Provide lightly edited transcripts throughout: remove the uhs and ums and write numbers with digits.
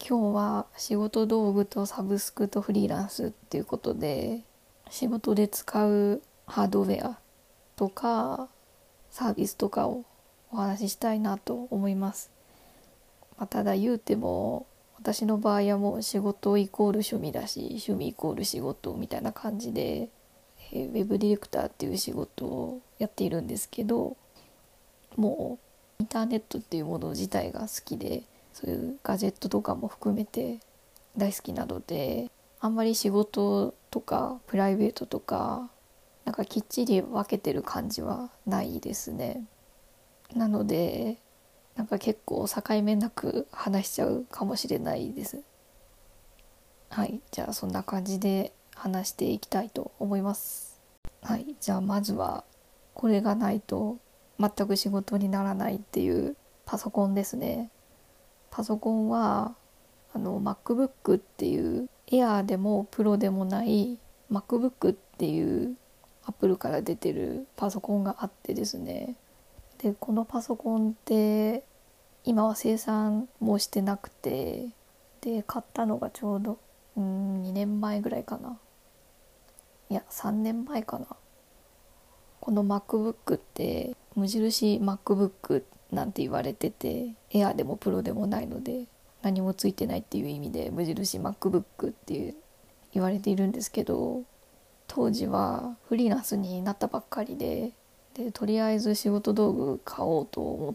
今日は仕事道具とサブスクとフリーランスっていうことで、仕事で使うハードウェアとかサービスとかをお話ししたいなと思います。ただ言うても私の場合はもう仕事イコール趣味だし、趣味イコール仕事みたいな感じで、ウェブディレクターっていう仕事をやっているんですけど、もうインターネットっていうもの自体が好きで、そういうガジェットとかも含めて大好きなので、あんまり仕事とかプライベートとかなんかきっちり分けてる感じはないですね。なのでなんか結構境目なく話しちゃうかもしれないです。はい、じゃあそんな感じで話していきたいと思います。はい、じゃあまずはこれがないと全く仕事にならないっていうパソコンですね。パソコンはMacBook っていうエアーでもプロでもない MacBook っていうアップルから出てるパソコンがあってですね。でこのパソコンって今は生産もしてなくて、で買ったのがちょうど2年前ぐらいかな、いや3年前かな。この MacBook って無印 MacBook なんて言われてて、エアーでもプロでもないので何もついてないっていう意味で無印 MacBook っていう言われているんですけど、当時はフリーランスになったばっかりでとりあえず仕事道具買おうと思って、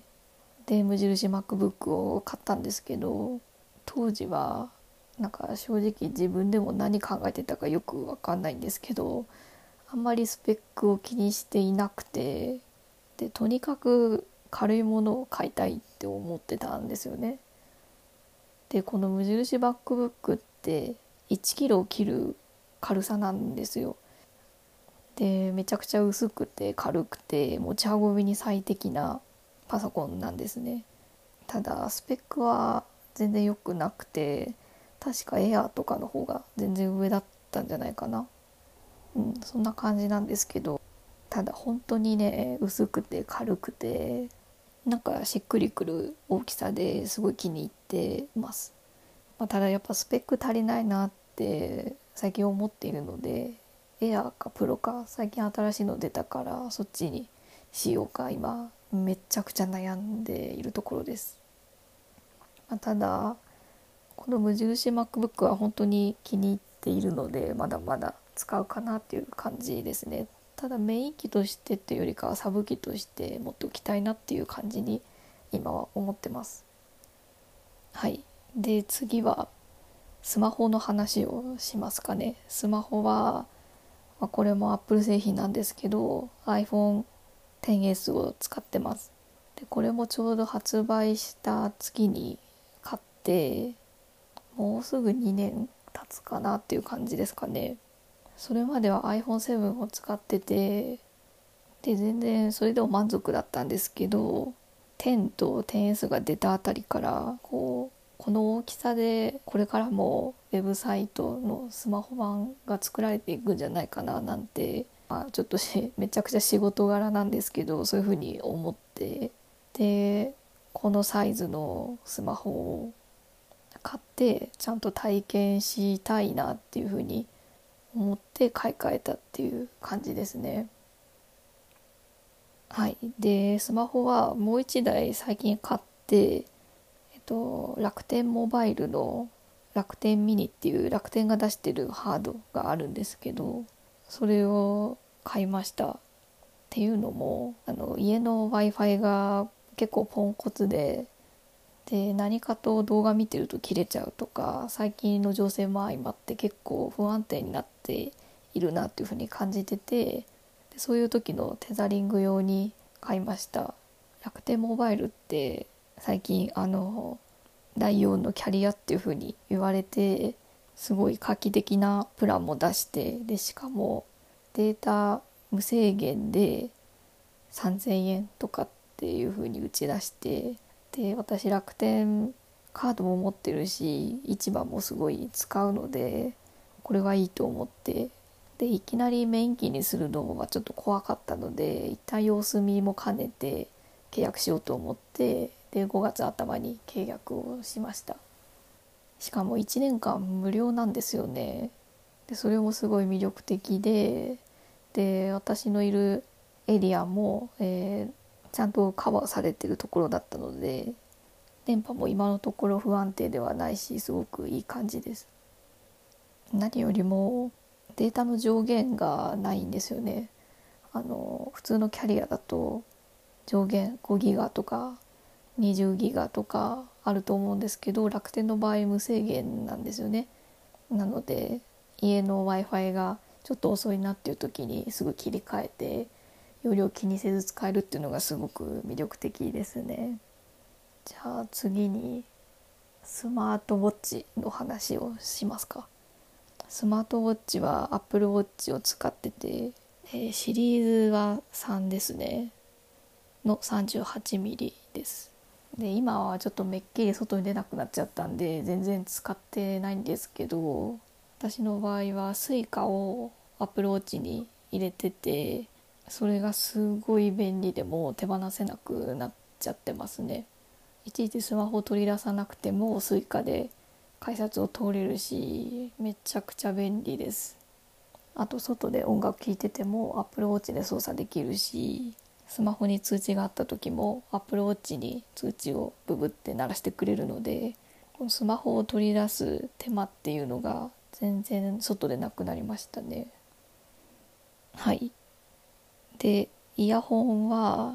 で無印 MacBook を買ったんですけど、当時はなんか正直自分でも何考えてたかよく分かんないんですけど、あんまりスペックを気にしていなくて、でとにかく軽いものを買いたいって思ってたんですよね。でこの無印 MacBook って1キロを切る軽さなんですよ。でめちゃくちゃ薄くて軽くて持ち運びに最適なパソコンなんですね。ただスペックは全然良くなくて、確かエアーとかの方が全然上だったんじゃないかな。そんな感じなんですけど、ただ本当にね薄くて軽くてなんかしっくりくる大きさですごい気に入ってます。ただやっぱスペック足りないなって最近思っているので、エアーかプロか最近新しいの出たからそっちにしようか今めっちゃくちゃ悩んでいるところです。ただこの無印 MacBook は本当に気に入っているのでまだまだ使うかなっていう感じですね。ただメイン機としてっていうよりかはサブ機として持っておきたいなっていう感じに今は思ってます。はい。で次はスマホの話をしますかね。スマホは、これも Apple 製品なんですけど iPhone XS を使ってます。でこれもちょうど発売した月に買って、もうすぐ2年経つかなっていう感じですかね。それまでは iPhone7 を使ってて、で全然それでも満足だったんですけど、10と 10S が出たあたりからこの大きさでこれからもウェブサイトのスマホ版が作られていくんじゃないかななんて、ちょっとめちゃくちゃ仕事柄なんですけどそういうふうに思って、でこのサイズのスマホを買ってちゃんと体験したいなっていうふうに思って買い替えたっていう感じですね。はい。でスマホはもう一台最近買って、楽天モバイルの楽天ミニっていう楽天が出してるハードがあるんですけど、それを買いました。っていうのも家の Wi-Fi が結構ポンコツで何かと動画見てると切れちゃうとか、最近の情勢も相まって結構不安定になっているなっていうふうに感じてて、でそういう時のテザリング用に買いました。楽天モバイルって最近第4のキャリアっていう風に言われて、すごい画期的なプランも出して、でしかもデータ無制限で3000円とかっていう風に打ち出して、で私楽天カードも持ってるし市場もすごい使うのでこれはいいと思って、でいきなりメイン機にするのはちょっと怖かったので一旦様子見も兼ねて契約しようと思って、で5月頭に契約をしました。 しかも1年間無料なんですよね。でそれもすごい魅力的で私のいるエリアも、ちゃんとカバーされてるところだったので、電波も今のところ不安定ではないし、すごくいい感じです。何よりもデータの上限がないんですよね。普通のキャリアだと上限5ギガとか20ギガとかあると思うんですけど、楽天の場合無制限なんですよね。なので家の Wi-Fi がちょっと遅いなっていう時にすぐ切り替えて容量気にせず使えるっていうのがすごく魅力的ですね。じゃあ次にスマートウォッチの話をしますか。スマートウォッチは Apple Watch を使ってて、シリーズは3ですねの 38mm です。で今はちょっとめっきり外に出なくなっちゃったんで全然使ってないんですけど、私の場合はスイカを Apple Watch に入れてて、それがすごい便利でもう手放せなくなっちゃってますね。いちいちスマホを取り出さなくてもスイカで改札を通れるし、めちゃくちゃ便利です。あと外で音楽聴いてても Apple Watch で操作できるし、スマホに通知があった時も Apple Watch に通知をブブって鳴らしてくれるので、このスマホを取り出す手間っていうのが全然外でなくなりましたね。はい。でイヤホンは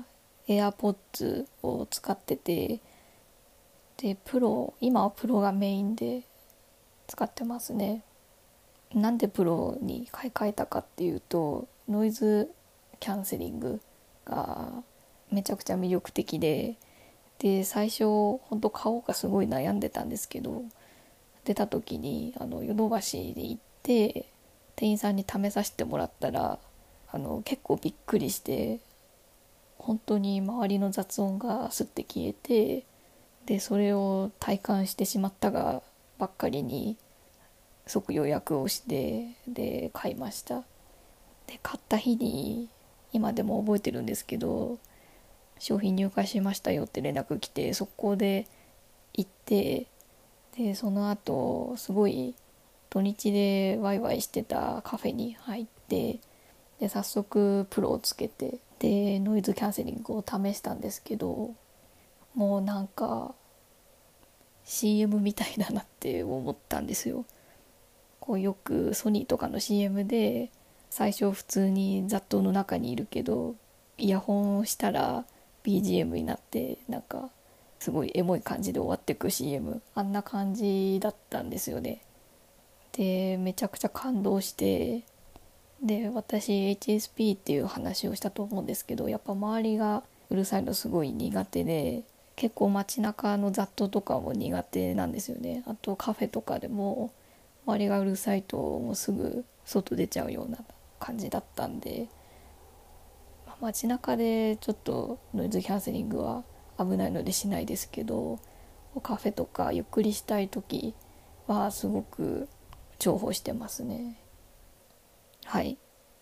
AirPods を使ってて、で今はプロがメインで使ってますね。なんでプロに買い替えたかっていうと、ノイズキャンセリングがめちゃくちゃ魅力的で最初本当買おうかすごい悩んでたんですけど、出た時にヨドバシに行って店員さんに試させてもらったら結構びっくりして、本当に周りの雑音がスッて消えて、でそれを体感してしまったがばっかりに即予約をしてで買いました。で買った日に今でも覚えてるんですけど、商品入荷しましたよって連絡来て速攻で行って、でその後すごい土日でワイワイしてたカフェに入って、で早速プロをつけてでノイズキャンセリングを試したんですけど、もうなんか CM みたいだなって思ったんですよ。こうよくソニーとかの CM で最初普通に雑踏の中にいるけどイヤホンをしたら BGM になってなんかすごいエモい感じで終わってく CM、 あんな感じだったんですよね。でめちゃくちゃ感動して、で私 HSP っていう話をしたと思うんですけど、やっぱ周りがうるさいのすごい苦手で、結構街中の雑踏とかも苦手なんですよね。あとカフェとかでも周りがうるさいともうすぐ外出ちゃうような感じだったんで、街中でちょっとノイズキャンセリングは危ないのでしないですけど、カフェとかゆっくりしたい時はすごく重宝してますね。はい。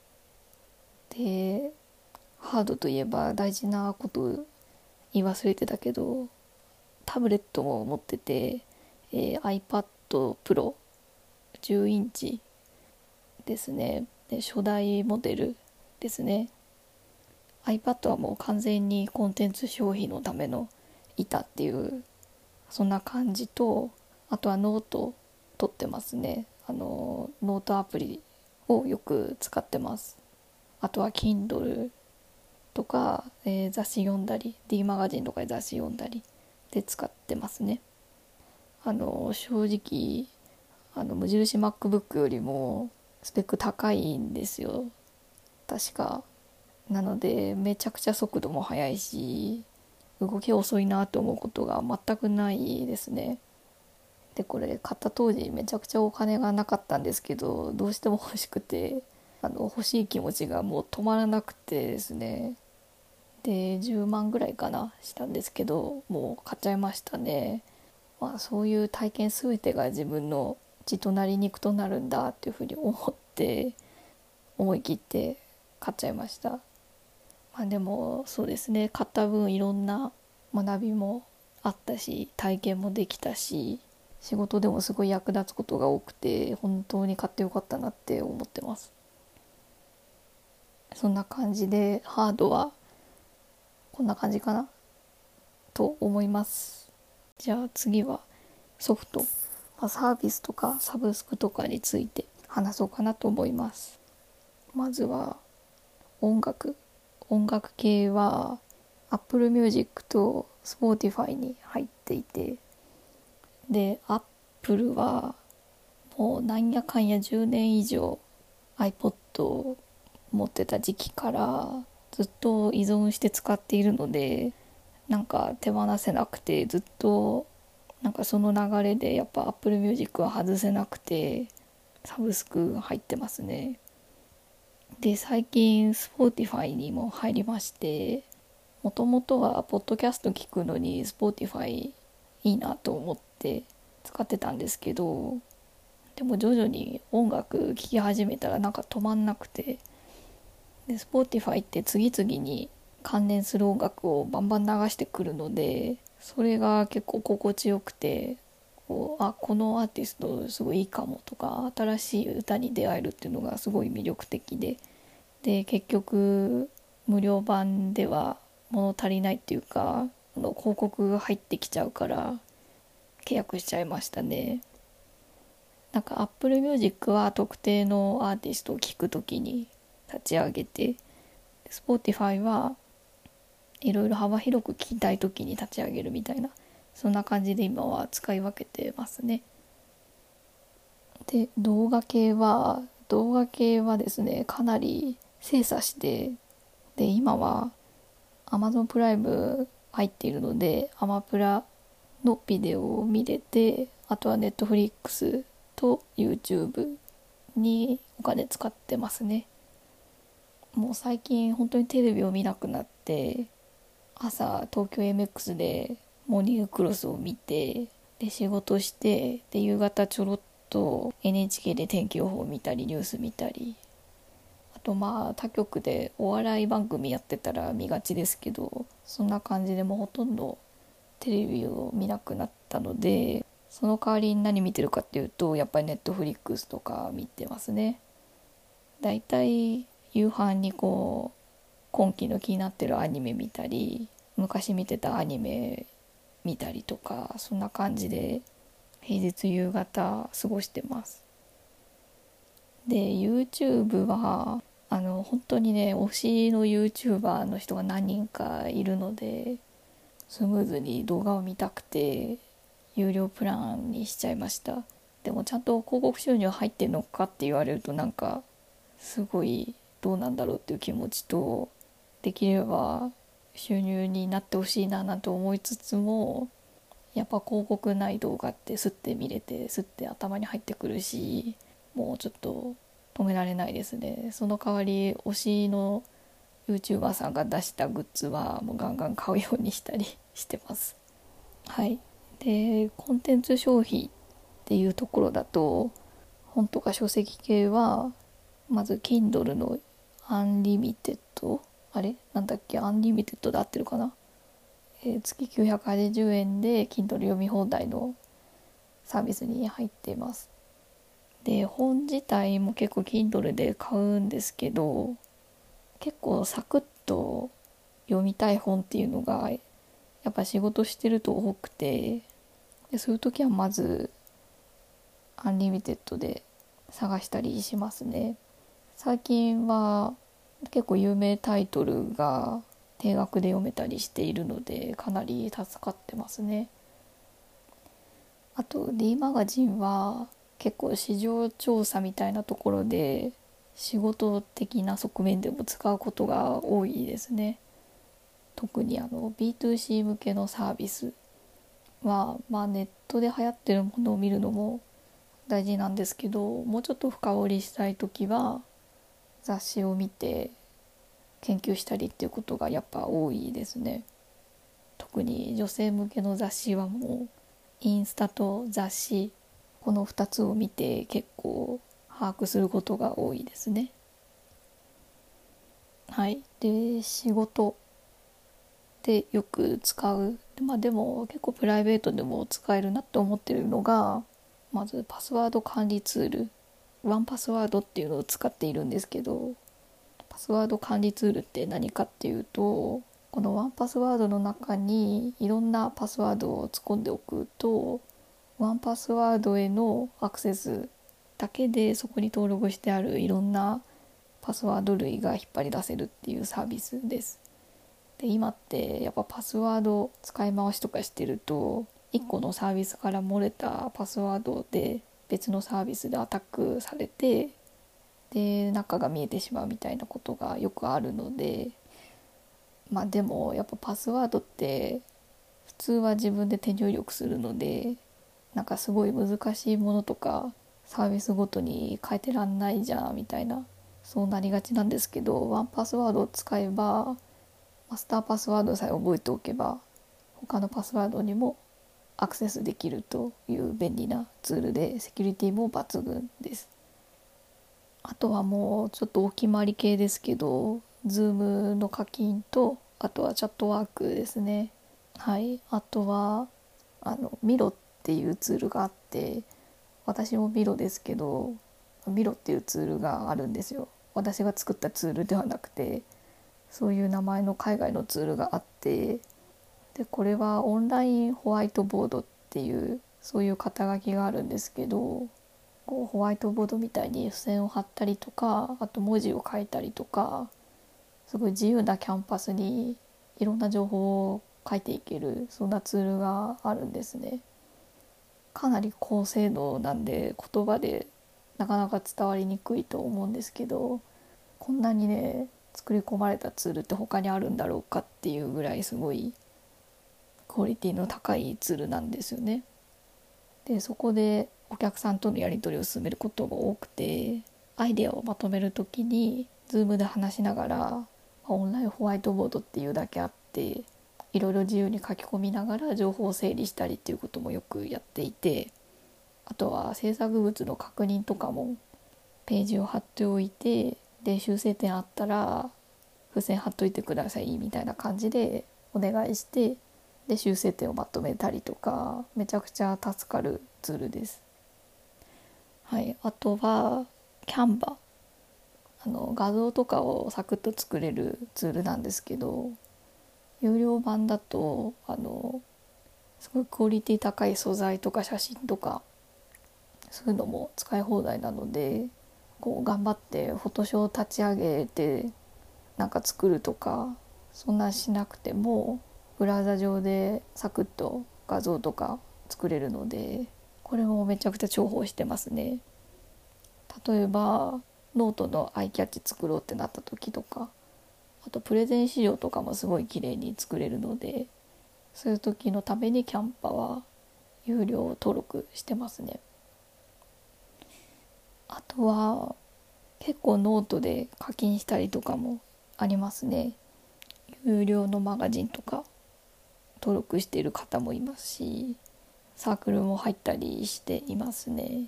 でハードといえば大事なこと言い忘れてたけど、タブレットも持ってて、iPad Pro 10インチですね。で初代モデルですね。 iPad はもう完全にコンテンツ消費のための板っていうそんな感じと、あとはノート取ってますね。ノートアプリをよく使ってます。あとは Kindle とか、雑誌読んだり D マガジンとかで雑誌読んだりで使ってますね。正直無印 MacBook よりもスペック高いんですよ確か。なのでめちゃくちゃ速度も速いし動き遅いなと思うことが全くないですね。でこれ買った当時めちゃくちゃお金がなかったんですけど、どうしても欲しくて欲しい気持ちがもう止まらなくてですね。で10万ぐらいかなしたんですけど、もう買っちゃいましたね。そういう体験全てが自分の血となり肉となるんだっていうふうに思って思い切って買っちゃいました。でもそうですね、買った分いろんな学びもあったし体験もできたし、 仕事でもすごい役立つことが多くて、本当に買ってよかったなって思ってます。そんな感じでハードはこんな感じかなと思います。じゃあ次はソフト、サービスとかサブスクとかについて話そうかなと思います。まずは音楽系は Apple Music と Spotify に入っていて、で Apple はもうなんやかんや10年以上 iPod を持ってた時期からずっと依存して使っているので、なんか手放せなくて、ずっとなんかその流れでやっぱ Apple Music は外せなくて、サブスク入ってますね。で最近 Spotify にも入りまして、もともとはポッドキャスト聞くのに Spotify いいなと思って使ってたんですけど、でも徐々に音楽聴き始めたらなんか止まんなくて、で Spotify って次々に関連する音楽をバンバン流してくるので、それが結構心地よくて、このアーティストすごいいいかもとか、新しい歌に出会えるっていうのがすごい魅力的で結局無料版では物足りないっていうか、広告が入ってきちゃうから契約しちゃいましたね。なんか Apple Music は特定のアーティストを聴くときに立ち上げて、 Spotify はいろいろ幅広く聴きたいときに立ち上げるみたいな、そんな感じで今は使い分けてますね。で動画系はですね、かなり精査して、で今は Amazon プライム入っているので、アマプラのビデオを見れて、あとは Netflix と YouTube にお金使ってますね。もう最近本当にテレビを見なくなって、朝東京 MX でモーニングクロスを見て、で仕事して、で夕方ちょろっと NHK で天気予報を見たりニュース見たり、あと他局でお笑い番組やってたら見がちですけど、そんな感じでもうほとんどテレビを見なくなったので、その代わりに何見てるかっていうと、やっぱり Netflix とか見てますね。だいたい夕飯に今期の気になってるアニメ見たり、昔見てたアニメ見たりとか、そんな感じで平日夕方過ごしてます。で YouTube は本当にね、推しの YouTuber の人が何人かいるので、スムーズに動画を見たくて有料プランにしちゃいました。でもちゃんと広告収入入ってるのかって言われると、なんかすごいどうなんだろうっていう気持ちと、できれば収入になってほしいななんて思いつつも、やっぱ広告ない動画ってスッて見れて、スッて頭に入ってくるし、もうちょっと止められないですね。その代わり推しの YouTuber さんが出したグッズはもうガンガン買うようにしたりしてます。はい。でコンテンツ消費っていうところだと、本とか書籍系はまず Kindle のアンリミテッド、なんだっけ、アンリミテッドで合ってるかな、月980円で Kindle 読み放題のサービスに入っています。で本自体も結構 Kindle で買うんですけど、結構サクッと読みたい本っていうのがやっぱ仕事してると多くて、でそういう時はまずアンリミテッドで探したりしますね。最近は結構有名タイトルが定額で読めたりしているので、かなり助かってますね。あと D マガジンは結構市場調査みたいなところで仕事的な側面でも使うことが多いですね。特にB2C 向けのサービスは、ネットで流行ってるものを見るのも大事なんですけど、もうちょっと深掘りしたいときは雑誌を見て研究したりっていうことがやっぱ多いですね。特に女性向けの雑誌はもうインスタと雑誌、この2つを見て結構把握することが多いですね。はい。で仕事でよく使う。でも結構プライベートでも使えるなって思ってるのが、まずパスワード管理ツール、ワンパスワードっていうのを使っているんですけど、パスワード管理ツールって何かっていうと、このワンパスワードの中にいろんなパスワードを突っ込んでおくと、ワンパスワードへのアクセスだけでそこに登録してあるいろんなパスワード類が引っ張り出せるっていうサービスです。で、今ってやっぱパスワード使い回しとかしてると、1個のサービスから漏れたパスワードで別のサービスでアタックされて、で中が見えてしまうみたいなことがよくあるので、でもやっぱパスワードって普通は自分で手入力するので、すごい難しいものとかサービスごとに変えてらんないじゃんみたいな、そうなりがちなんですけど、ワンパスワードを使えば、マスターパスワードさえ覚えておけば他のパスワードにもアクセスできるという便利なツールで、セキュリティも抜群です。あとはもうちょっとお決まり系ですけど、Zoom の課金と、あとはチャットワークですね。はい。あとはミロっていうツールがあって、私もミロですけど、ミロっていうツールがあるんですよ。私が作ったツールではなくて、そういう名前の海外のツールがあって、でこれはオンラインホワイトボードっていうそういう肩書きがあるんですけど、こうホワイトボードみたいに付箋を貼ったりとか、あと文字を書いたりとか、すごい自由なキャンパスにいろんな情報を書いていける、そんなツールがあるんですね。かなり高精度なんで言葉でなかなか伝わりにくいと思うんですけど、こんなにね作り込まれたツールって他にあるんだろうかっていうぐらいすごいクオリティの高いツールなんですよね。でそこでお客さんとのやり取りを進めることが多くて、アイデアをまとめるときに Zoom で話しながら、オンラインホワイトボードっていうだけあって、いろいろ自由に書き込みながら情報を整理したりっていうこともよくやっていて、あとは制作物の確認とかもページを貼っておいて、で修正点あったら付箋貼っといてくださいみたいな感じでお願いして、で修正点をまとめたりとか、めちゃくちゃ助かるツールです。はい。あとはキャンバ、画像とかをサクッと作れるツールなんですけど、有料版だとすごいクオリティ高い素材とか写真とかそういうのも使い放題なので、こう頑張ってフォトショーを立ち上げて作るとか、そんなしなくてもブラウザ上でサクッと画像とか作れるので、これもめちゃくちゃ重宝してますね。例えばノートのアイキャッチ作ろうってなった時とか、あとプレゼン資料とかもすごい綺麗に作れるので、そういう時のためにキャンパは有料登録してますね。あとは結構ノートで課金したりとかもありますね。有料のマガジンとか登録している方もいますし、サークルも入ったりしていますね。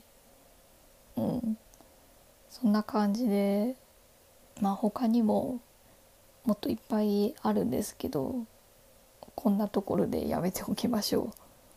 そんな感じで、他にももっといっぱいあるんですけど、こんなところでやめておきましょ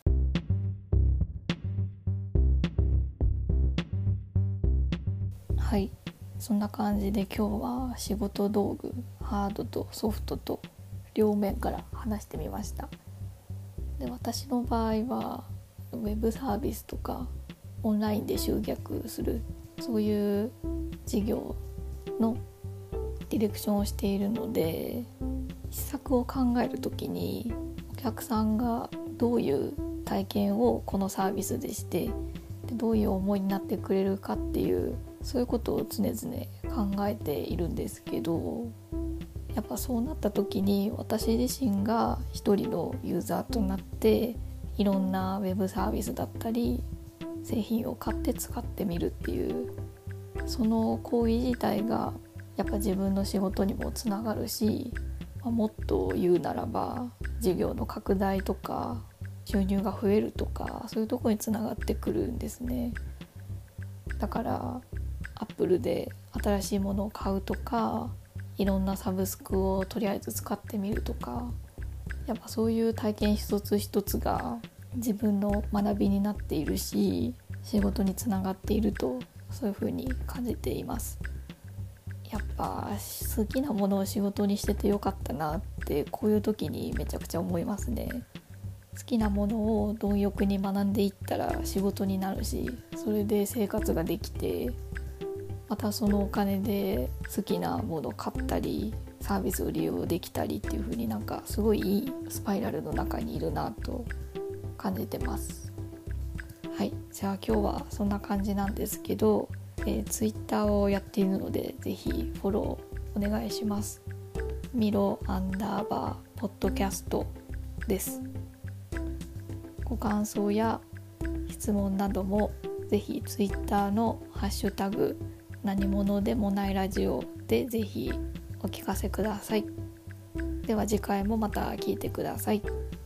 う。はい。そんな感じで今日は仕事道具、ハードとソフトと両面から話してみました。で、私の場合はウェブサービスとかオンラインで集客する、そういう事業のディレクションをしているので、施策を考えるときにお客さんがどういう体験をこのサービスでして、でどういう思いになってくれるかっていう、そういうことを常々考えているんですけど、やっぱそうなった時に私自身が一人のユーザーとなっていろんなウェブサービスだったり製品を買って使ってみるっていう、その行為自体がやっぱ自分の仕事にもつながるし、もっと言うならば事業の拡大とか収入が増えるとか、そういうところにつながってくるんですね。だからアップルで新しいものを買うとか、いろんなサブスクをとりあえず使ってみるとか、 やっぱそういう体験一つ一つが自分の学びになっているし、仕事につながっているとそういう風に感じています。やっぱ好きなものを仕事にしててよかったなってこういう時にめちゃくちゃ思いますね。好きなものを貪欲に学んでいったら仕事になるし、それで生活ができて、またそのお金で好きなものを買ったりサービスを利用できたりっていう風になんかすごいいいスパイラルの中にいるなと感じてます。はい、じゃあ今日はそんな感じなんですけど、Twitter をやっているのでぜひフォローお願いします。ミロ_ポッドキャストです。ご感想や質問などもぜひ Twitter のハッシュタグ何者でもないラジオでぜひお聞かせください。では次回もまた聞いてください。